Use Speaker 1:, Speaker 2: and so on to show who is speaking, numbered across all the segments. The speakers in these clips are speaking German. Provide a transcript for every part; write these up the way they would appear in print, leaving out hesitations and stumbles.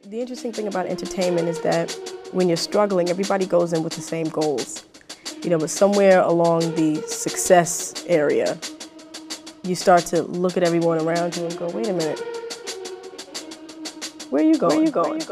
Speaker 1: The interesting thing about entertainment is that when you're struggling, everybody goes in with the same goals. But somewhere along the success area, you start to look at everyone around you and go, wait a minute, where are you going?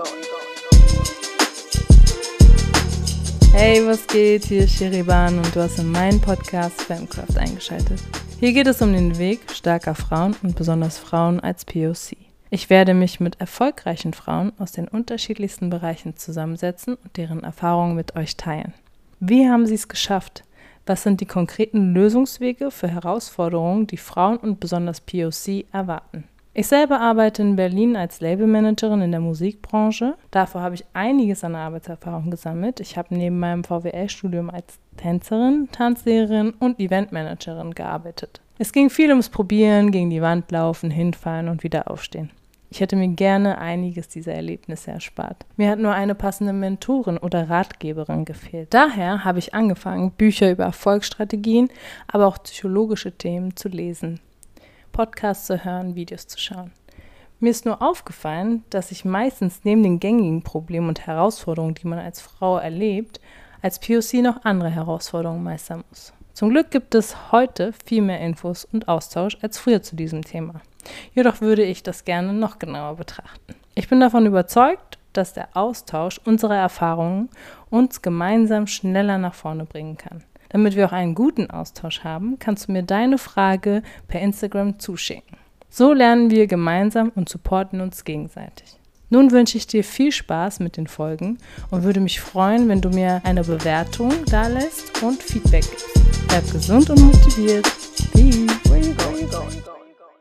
Speaker 2: Hey, was geht? Hier ist Sheriban und du hast in meinen Podcast Femcraft eingeschaltet. Hier geht es um den Weg starker Frauen und besonders Frauen als POC. Ich werde mich mit erfolgreichen Frauen aus den unterschiedlichsten Bereichen zusammensetzen und deren Erfahrungen mit euch teilen. Wie haben sie es geschafft? Was sind die konkreten Lösungswege für Herausforderungen, die Frauen und besonders POC erwarten? Ich selber arbeite in Berlin als Labelmanagerin in der Musikbranche. Davor habe ich einiges an Arbeitserfahrung gesammelt. Ich habe neben meinem VWL-Studium als Tänzerin, Tanzlehrerin und Eventmanagerin gearbeitet. Es ging viel ums Probieren, gegen die Wand laufen, hinfallen und wieder aufstehen. Ich hätte mir gerne einiges dieser Erlebnisse erspart. Mir hat nur eine passende Mentorin oder Ratgeberin gefehlt. Daher habe ich angefangen, Bücher über Erfolgsstrategien, aber auch psychologische Themen zu lesen, Podcasts zu hören, Videos zu schauen. Mir ist nur aufgefallen, dass ich meistens neben den gängigen Problemen und Herausforderungen, die man als Frau erlebt, als POC noch andere Herausforderungen meistern muss. Zum Glück gibt es heute viel mehr Infos und Austausch als früher zu diesem Thema. Jedoch würde ich das gerne noch genauer betrachten. Ich bin davon überzeugt, dass der Austausch unserer Erfahrungen uns gemeinsam schneller nach vorne bringen kann. Damit wir auch einen guten Austausch haben, kannst du mir deine Frage per Instagram zuschicken. So lernen wir gemeinsam und supporten uns gegenseitig. Nun wünsche ich dir viel Spaß mit den Folgen und würde mich freuen, wenn du mir eine Bewertung dalässt und Feedback gibst. Bleib gesund und motiviert. Peace. Where you going?